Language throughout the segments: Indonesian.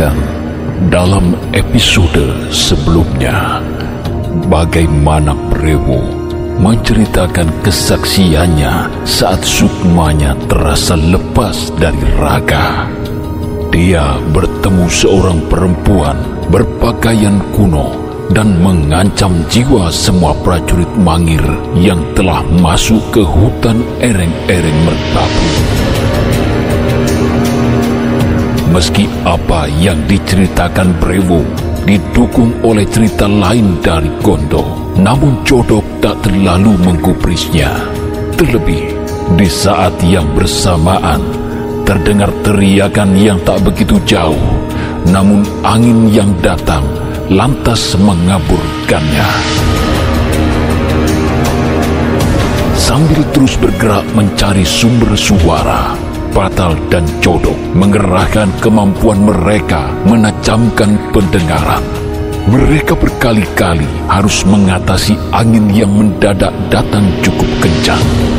ceritakan dalam episode sebelumnya bagaimana Prewo menceritakan kesaksiannya saat sukmanya terasa lepas dari raga. Dia bertemu seorang perempuan berpakaian kuno dan mengancam jiwa semua prajurit Mangir yang telah masuk ke hutan Ereng-Ereng Merbabu. Meski apa yang diceritakan Prewo didukung oleh cerita lain dari Gondo, namun Jodok tak terlalu menggubrisnya. Terlebih di saat yang bersamaan terdengar teriakan yang tak begitu jauh, namun angin yang datang lantas mengaburkannya. Sambil terus bergerak mencari sumber suara, Patal dan Jodok mengerahkan kemampuan mereka menajamkan pendengaran. Mereka berkali-kali harus mengatasi angin yang mendadak datang cukup kencang.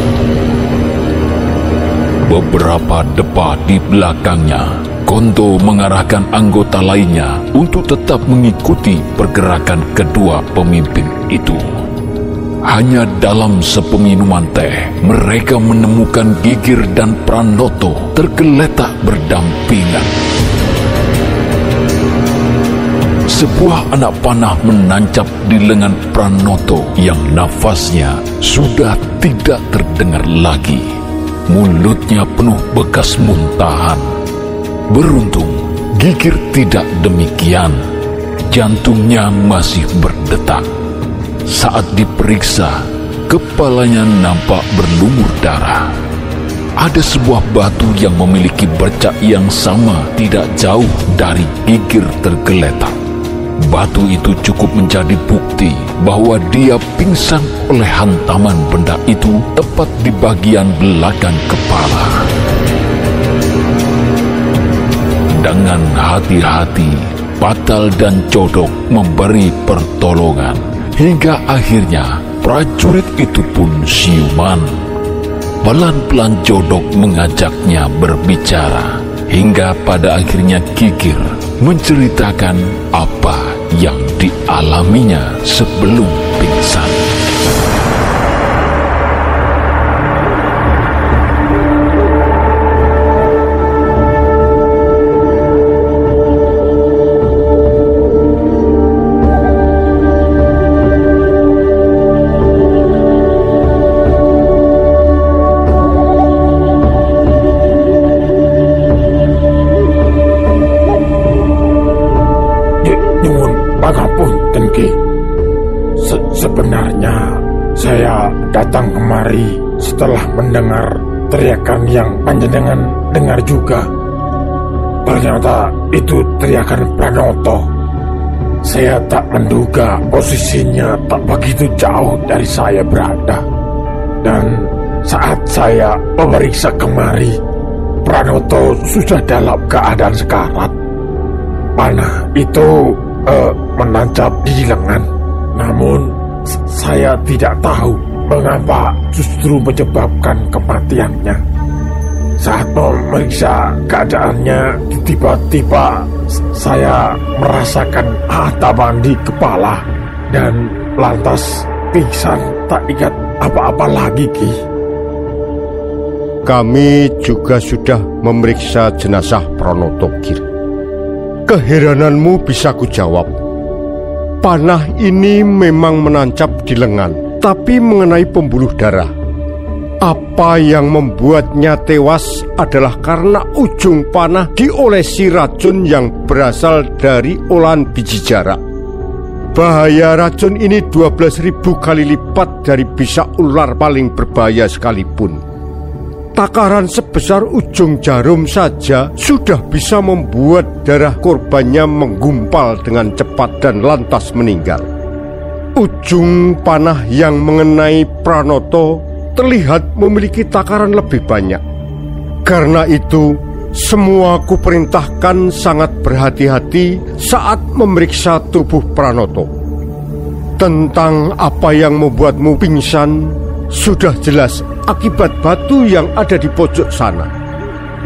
Beberapa depa di belakangnya, Gondo mengarahkan anggota lainnya untuk tetap mengikuti pergerakan kedua pemimpin itu. Hanya dalam sepeminuman teh, mereka menemukan Gigir dan Pranoto tergeletak berdampingan. Sebuah anak panah menancap di lengan Pranoto yang nafasnya sudah tidak terdengar lagi. Mulutnya penuh bekas muntahan. Beruntung, Gigir tidak demikian. Jantungnya masih berdetak. Saat diperiksa, kepalanya nampak berlumur darah. Ada sebuah batu yang memiliki bercak yang sama tidak jauh dari Gigir tergeletak. Batu itu cukup menjadi bukti bahwa dia pingsan oleh hantaman benda itu tepat di bagian belakang kepala. Dengan hati-hati, Patal dan Jodok memberi pertolongan. Hingga akhirnya prajurit itu pun siuman. Pelan-pelan Jodok mengajaknya berbicara. Hingga pada akhirnya Gigir menceritakan apa yang dialaminya sebelum pingsan. Sebenarnya saya datang kemari setelah mendengar teriakan yang panjenengan dengar juga. Ternyata itu teriakan Pranoto. Saya tak menduga posisinya tak begitu jauh dari saya berada. Dan saat saya memeriksa kemari, Pranoto sudah dalam keadaan sekarat. Panah itu menancap di lengan. Namun saya tidak tahu mengapa justru menyebabkan kematiannya. Saat memeriksa keadaannya, tiba-tiba saya merasakan hantaman di kepala dan lantas pingsan, tak ingat apa-apa lagi, Ki. Kami juga sudah memeriksa jenazah Pranoto, Gir. Keherananmu bisa kujawab. Panah ini memang menancap di lengan, tapi mengenai pembuluh darah. Apa yang membuatnya tewas adalah karena ujung panah diolesi racun yang berasal dari olahan biji jarak. Bahaya racun ini 12.000 kali lipat dari bisa ular paling berbahaya sekalipun. Takaran sebesar ujung jarum saja sudah bisa membuat darah korbannya menggumpal dengan cepat dan lantas meninggal. Ujung panah yang mengenai Pranoto terlihat memiliki takaran lebih banyak. Karena itu, semua kuperintahkan sangat berhati-hati saat memeriksa tubuh Pranoto. Tentang apa yang membuatmu pingsan, sudah jelas akibat batu yang ada di pojok sana.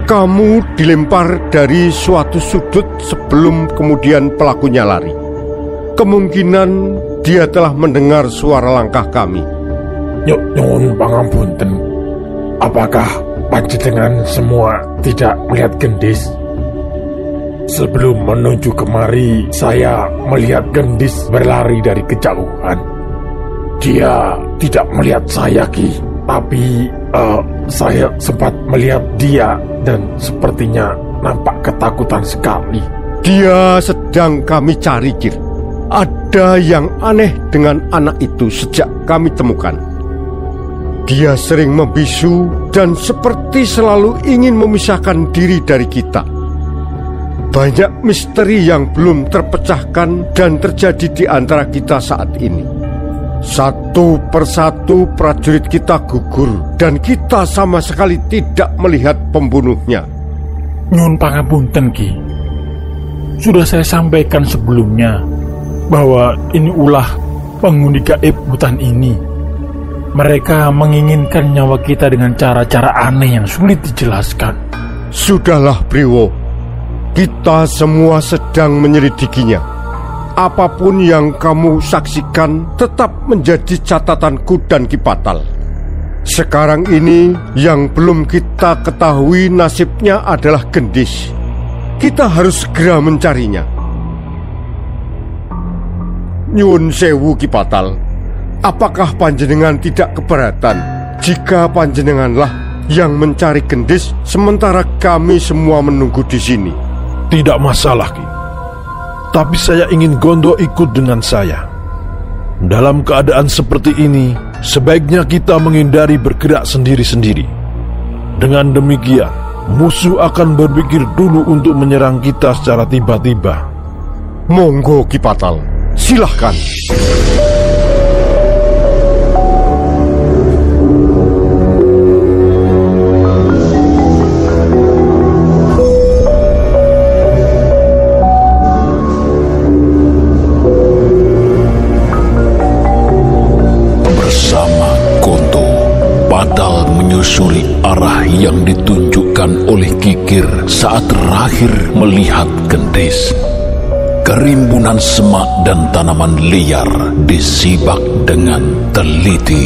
Kamu dilempar dari suatu sudut sebelum kemudian pelakunya lari. Kemungkinan dia telah mendengar suara langkah kami. Nyuwun pangapunten. Apakah panjenengan semua tidak melihat Gendis? Sebelum menuju kemari, saya melihat Gendis berlari dari kejauhan. Dia tidak melihat saya, Ki. Tapi saya sempat melihat dia dan sepertinya nampak ketakutan sekali. Dia sedang kami cari, Kir. Ada yang aneh dengan anak itu sejak kami temukan. Dia sering membisu dan seperti selalu ingin memisahkan diri dari kita. Banyak misteri yang belum terpecahkan dan terjadi di antara kita saat ini. Satu persatu prajurit kita gugur dan kita sama sekali tidak melihat pembunuhnya. Nyuwun pangapunten, Ki. Sudah saya sampaikan sebelumnya bahwa ini ulah penghuni gaib hutan ini. Mereka menginginkan nyawa kita dengan cara-cara aneh yang sulit dijelaskan. Sudahlah, Briwo. Kita semua sedang menyelidikinya. Apapun yang kamu saksikan tetap menjadi catatanku dan Ki Patal. Sekarang ini yang belum kita ketahui nasibnya adalah Gendis. Kita harus segera mencarinya. Nyuwun sewu, Ki Patal. Apakah panjenengan tidak keberatan jika panjenenganlah yang mencari Gendis sementara kami semua menunggu di sini? Tidak masalah, Ki. Tapi saya ingin Gondo ikut dengan saya. Dalam keadaan seperti ini, sebaiknya kita menghindari bergerak sendiri-sendiri. Dengan demikian, musuh akan berpikir dulu untuk menyerang kita secara tiba-tiba. Monggo, Ki Patal. Silahkan. Menyusuri arah yang ditunjukkan oleh Kikir saat terakhir melihat Gendis. Kerimbunan semak dan tanaman liar disibak dengan teliti.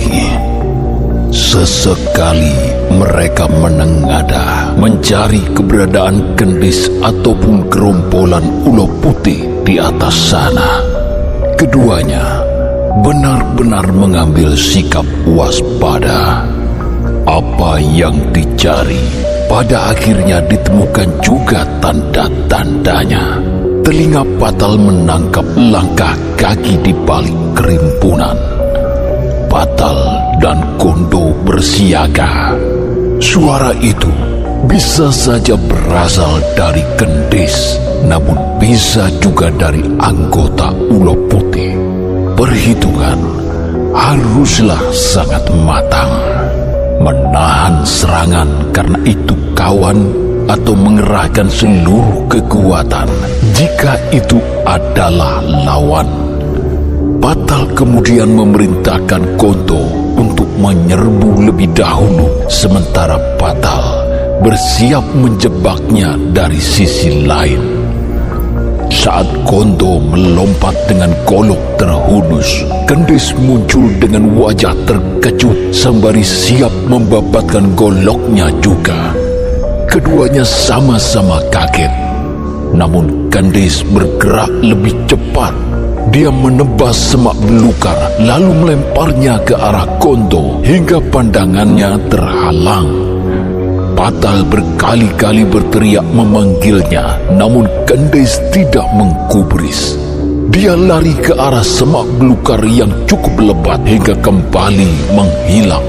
Sesekali mereka menengadah mencari keberadaan Gendis ataupun gerombolan ulo putih di atas sana. Keduanya benar-benar mengambil sikap waspada. Apa yang dicari pada akhirnya ditemukan juga tanda-tandanya. Telinga Patal menangkap langkah kaki di balik kerimpunan. Patal dan Gondo bersiaga. Suara itu bisa saja berasal dari Gendis, namun bisa juga dari anggota ulo putih. Perhitungan haruslah sangat matang. Menahan serangan karena itu kawan atau mengerahkan seluruh kekuatan jika itu adalah lawan. Patal kemudian memerintahkan Gondo untuk menyerbu lebih dahulu, sementara Patal bersiap menjebaknya dari sisi lain. Saat Gondo melompat dengan golok terhunus, Gendis muncul dengan wajah terkejut sembari siap membabatkan goloknya juga. Keduanya sama-sama kaget. Namun Gendis bergerak lebih cepat. Dia menebas semak belukar lalu melemparnya ke arah Gondo hingga pandangannya terhalang. Patal berkali-kali berteriak memanggilnya, namun Gendis tidak menggubris. Dia lari ke arah semak belukar yang cukup lebat hingga kembali menghilang.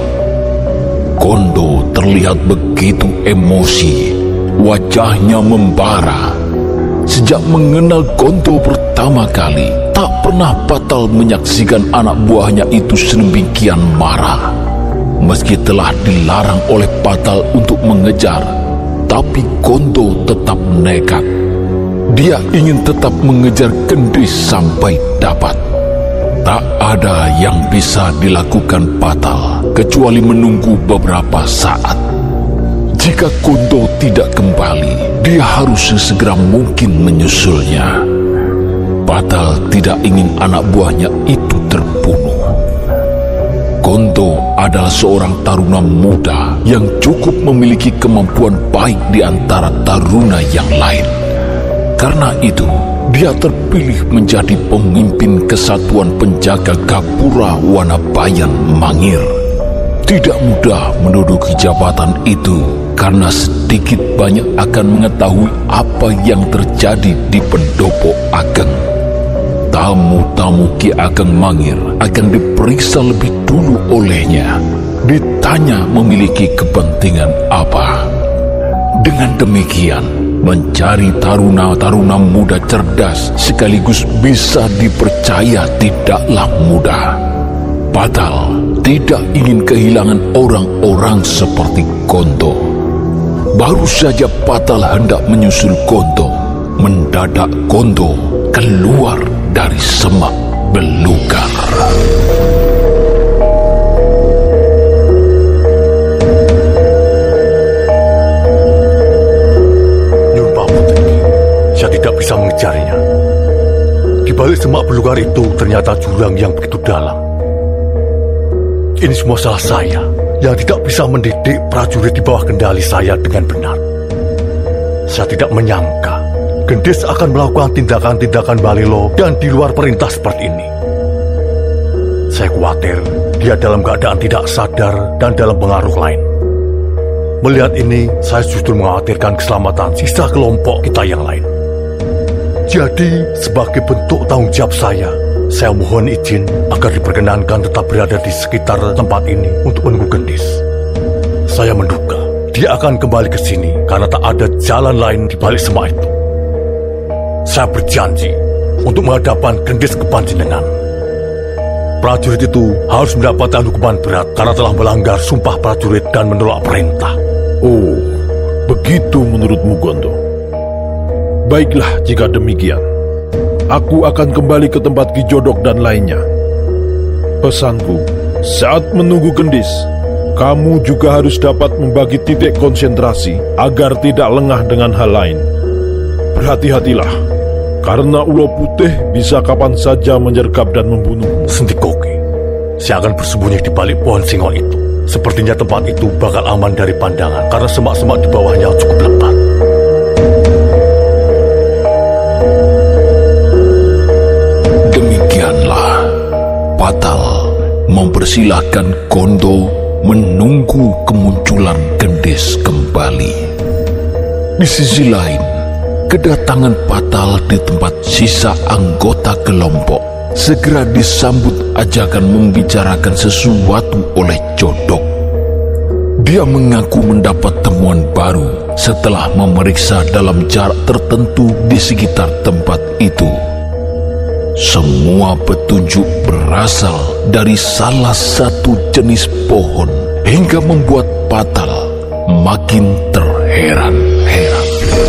Gondo terlihat begitu emosi, wajahnya membara. Sejak mengenal Gondo pertama kali, tak pernah Patal menyaksikan anak buahnya itu sedemikian marah. Meski telah dilarang oleh Patal untuk mengejar, tapi Gondo tetap nekat. Dia ingin tetap mengejar Gendis sampai dapat. Tak ada yang bisa dilakukan Patal kecuali menunggu beberapa saat. Jika Gondo tidak kembali, dia harus sesegera mungkin menyusulnya. Patal tidak ingin anak buahnya itu terbunuh. Gondo adalah seorang taruna muda yang cukup memiliki kemampuan baik di antara taruna yang lain. Karena itu, dia terpilih menjadi pemimpin kesatuan penjaga Gapura Wanabayan Mangir. Tidak mudah menduduki jabatan itu karena sedikit banyak akan mengetahui apa yang terjadi di pendopo Ageng. Tamu-tamu Ki Ageng Mangir akan diperiksa lebih dulu olehnya, ditanya memiliki kepentingan apa. Dengan demikian, mencari taruna-taruna muda cerdas sekaligus bisa dipercaya tidaklah mudah. Patal tidak ingin kehilangan orang-orang seperti Gondo. Baru saja Patal hendak menyusul Gondo, mendadak Gondo keluar dari semak belukar. Saya tidak bisa mengejarnya. Di balik semak belukar itu ternyata jurang yang begitu dalam. Ini semua salah saya yang tidak bisa mendidik prajurit di bawah kendali saya dengan benar. Saya tidak menyangka Gendis akan melakukan tindakan-tindakan balelo dan di luar perintah seperti ini. Saya khawatir dia dalam keadaan tidak sadar dan dalam pengaruh lain. Melihat ini, saya justru mengkhawatirkan keselamatan sisa kelompok kita yang lain. Jadi, sebagai bentuk tanggung jawab saya mohon izin agar diperkenankan tetap berada di sekitar tempat ini untuk menunggu Gendis. Saya menduga dia akan kembali ke sini karena tak ada jalan lain di balik semak itu. Saya berjanji untuk menghadapkan Gendis ke panjenengan. Prajurit itu harus mendapatkan hukuman berat karena telah melanggar sumpah prajurit dan menolak perintah. Oh, begitu menurutmu, Gondo? Baiklah jika demikian. Aku akan kembali ke tempat Ki Jodok dan lainnya. Pesanku, saat menunggu Gendis, kamu juga harus dapat membagi titik konsentrasi agar tidak lengah dengan hal lain. Berhati-hatilah, karena ulo putih bisa kapan saja menyergap dan membunuhmu. Sendikoki, saya akan bersembunyi di balik pohon singon itu. Sepertinya tempat itu bakal aman dari pandangan karena semak-semak di bawahnya cukup lebat. Demikianlah, Patal mempersilahkan Gondo menunggu kemunculan Gendis kembali. Di sisi lain, kedatangan Patal di tempat sisa anggota kelompok segera disambut ajakan membicarakan sesuatu oleh Jodok. Dia mengaku mendapat temuan baru setelah memeriksa dalam jarak tertentu di sekitar tempat itu. Semua petunjuk berasal dari salah satu jenis pohon hingga membuat Patal makin terheran-heran.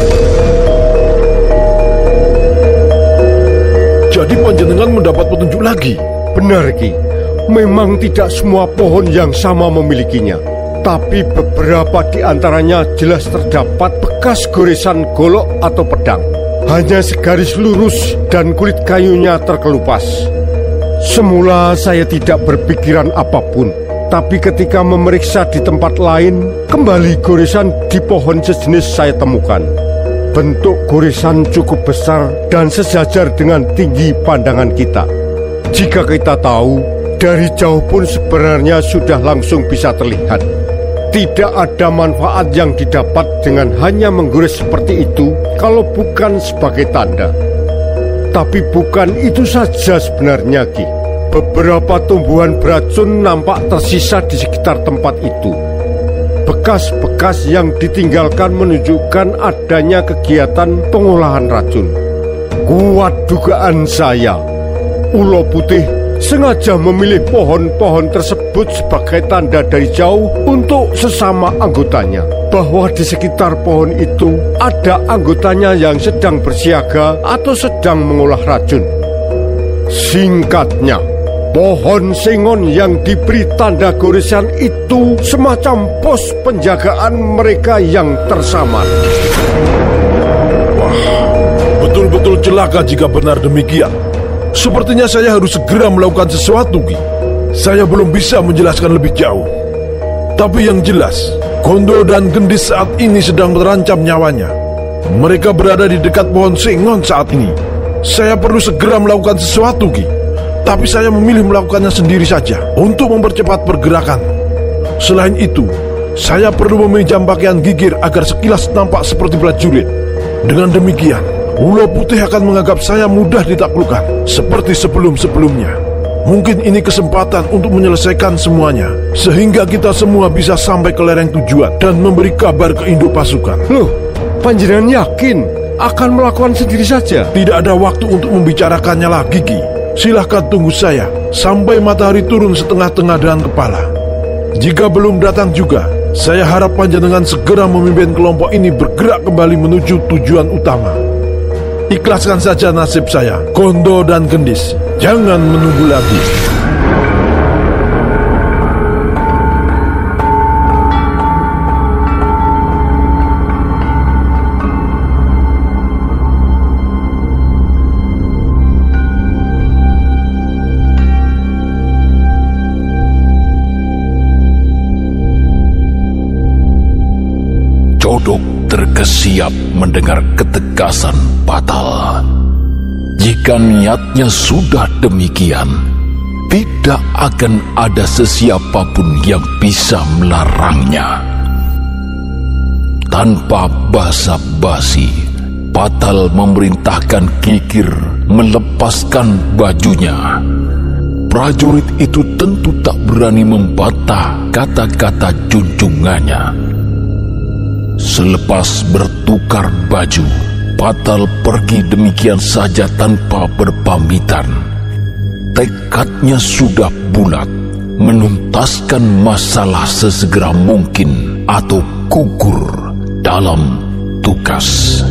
Jadi panjenengan mendapat petunjuk lagi? Benar, Ki. Memang tidak semua pohon yang sama memilikinya. Tapi beberapa di antaranya jelas terdapat bekas goresan golok atau pedang. Hanya segaris lurus dan kulit kayunya terkelupas. Semula saya tidak berpikiran apapun. Tapi ketika memeriksa di tempat lain, kembali goresan di pohon sejenis saya temukan. Bentuk goresan cukup besar dan sejajar dengan tinggi pandangan kita. Jika kita tahu, dari jauh pun sebenarnya sudah langsung bisa terlihat. Tidak ada manfaat yang didapat dengan hanya menggores seperti itu kalau bukan sebagai tanda. Tapi bukan itu saja sebenarnya, Ki. Beberapa tumbuhan beracun nampak tersisa di sekitar tempat itu. Bekas-bekas yang ditinggalkan menunjukkan adanya kegiatan pengolahan racun. Kuat dugaan saya, ulo putih sengaja memilih pohon-pohon tersebut sebagai tanda dari jauh untuk sesama anggotanya bahwa di sekitar pohon itu ada anggotanya yang sedang bersiaga atau sedang mengolah racun. Singkatnya, Pohon sengon yang diberi tanda goresan itu semacam pos penjagaan mereka yang tersamar. Wah, betul-betul celaka jika benar demikian. Sepertinya saya harus segera melakukan sesuatu, Ki. Saya belum bisa menjelaskan lebih jauh. Tapi yang jelas, Gondo dan Gendis saat ini sedang terancam nyawanya. Mereka berada di dekat pohon sengon saat ini. Saya perlu segera melakukan sesuatu, Ki. Tapi saya memilih melakukannya sendiri saja untuk mempercepat pergerakan. Selain itu, saya perlu meminjam pakaian Gigir agar sekilas nampak seperti prajurit. Dengan demikian, Ulo Putih akan menganggap saya mudah ditaklukkan seperti sebelum-sebelumnya. Mungkin ini kesempatan untuk menyelesaikan semuanya, sehingga kita semua bisa sampai ke lereng tujuan dan memberi kabar ke induk pasukan. Loh, panjenengan yakin akan melakukan sendiri saja? Tidak ada waktu untuk membicarakannya lagi, Ki. Silahkan tunggu saya sampai matahari turun setengah-tengah dengan kepala. Jika belum datang juga, saya harap panjenengan segera memimpin kelompok ini bergerak kembali menuju tujuan utama. Ikhlaskan saja nasib saya, Gondo dan Gendis. Jangan menunggu lagi. Codok terkesiap mendengar ketegasan Patal. Jika niatnya sudah demikian, tidak akan ada sesiapapun yang bisa melarangnya. Tanpa basa-basi, Patal memerintahkan Gigir melepaskan bajunya. Prajurit itu tentu tak berani membantah kata-kata junjungannya. Selepas bertukar baju, Patal pergi demikian saja tanpa berpamitan. Tekadnya sudah bulat, menuntaskan masalah sesegera mungkin atau gugur dalam tugas.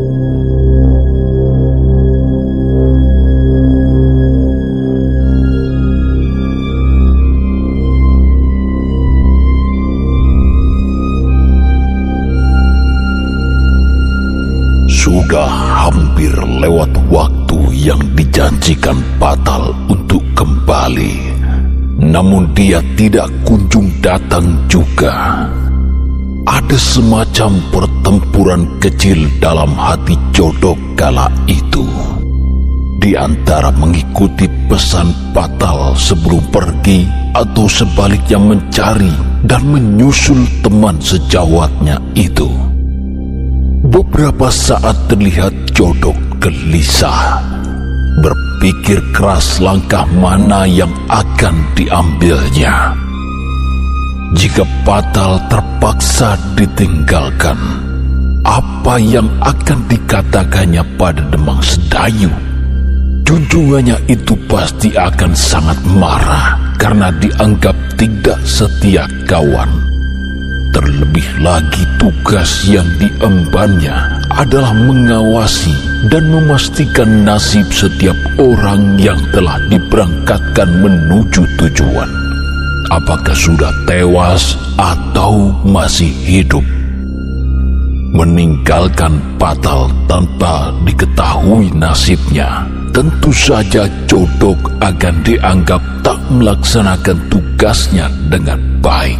Sudah hampir lewat waktu yang dijanjikan Patal untuk kembali. Namun dia tidak kunjung datang juga. Ada semacam pertempuran kecil dalam hati Codok kala itu. Di antara mengikuti pesan Patal sebelum pergi atau sebaliknya mencari dan menyusul teman sejawatnya itu. Beberapa saat terlihat Codok gelisah, berpikir keras langkah mana yang akan diambilnya. Jika Patal terpaksa ditinggalkan, apa yang akan dikatakannya pada Demang Sedayu? Junjungannya itu pasti akan sangat marah karena dianggap tidak setia kawan. Terlebih lagi tugas yang diembannya adalah mengawasi dan memastikan nasib setiap orang yang telah diberangkatkan menuju tujuan. Apakah sudah tewas atau masih hidup? Meninggalkan Patal tanpa diketahui nasibnya, tentu saja Codok akan dianggap tak melaksanakan tugasnya dengan baik.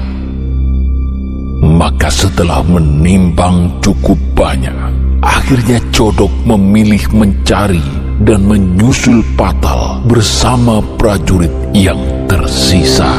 Maka setelah menimbang cukup banyak, akhirnya Codok memilih mencari dan menyusul Patal bersama prajurit yang tersisa.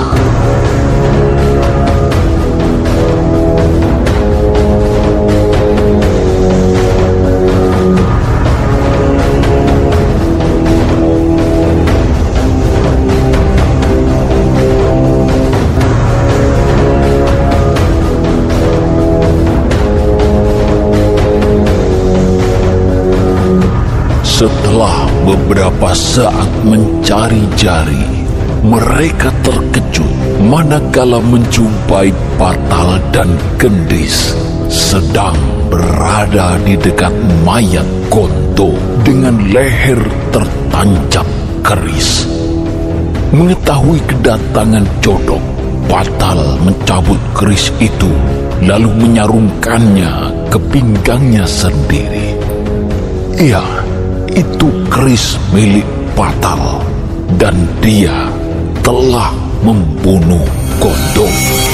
Setelah beberapa saat mencari-cari, mereka terkejut manakala menjumpai Patal dan Gendis sedang berada di dekat mayat Gondo dengan leher tertancap keris. Mengetahui kedatangan Jodok, Batal mencabut keris itu, lalu menyarungkannya ke pinggangnya sendiri. Ya, itu keris milik Batal, dan dia telah membunuh Gondok.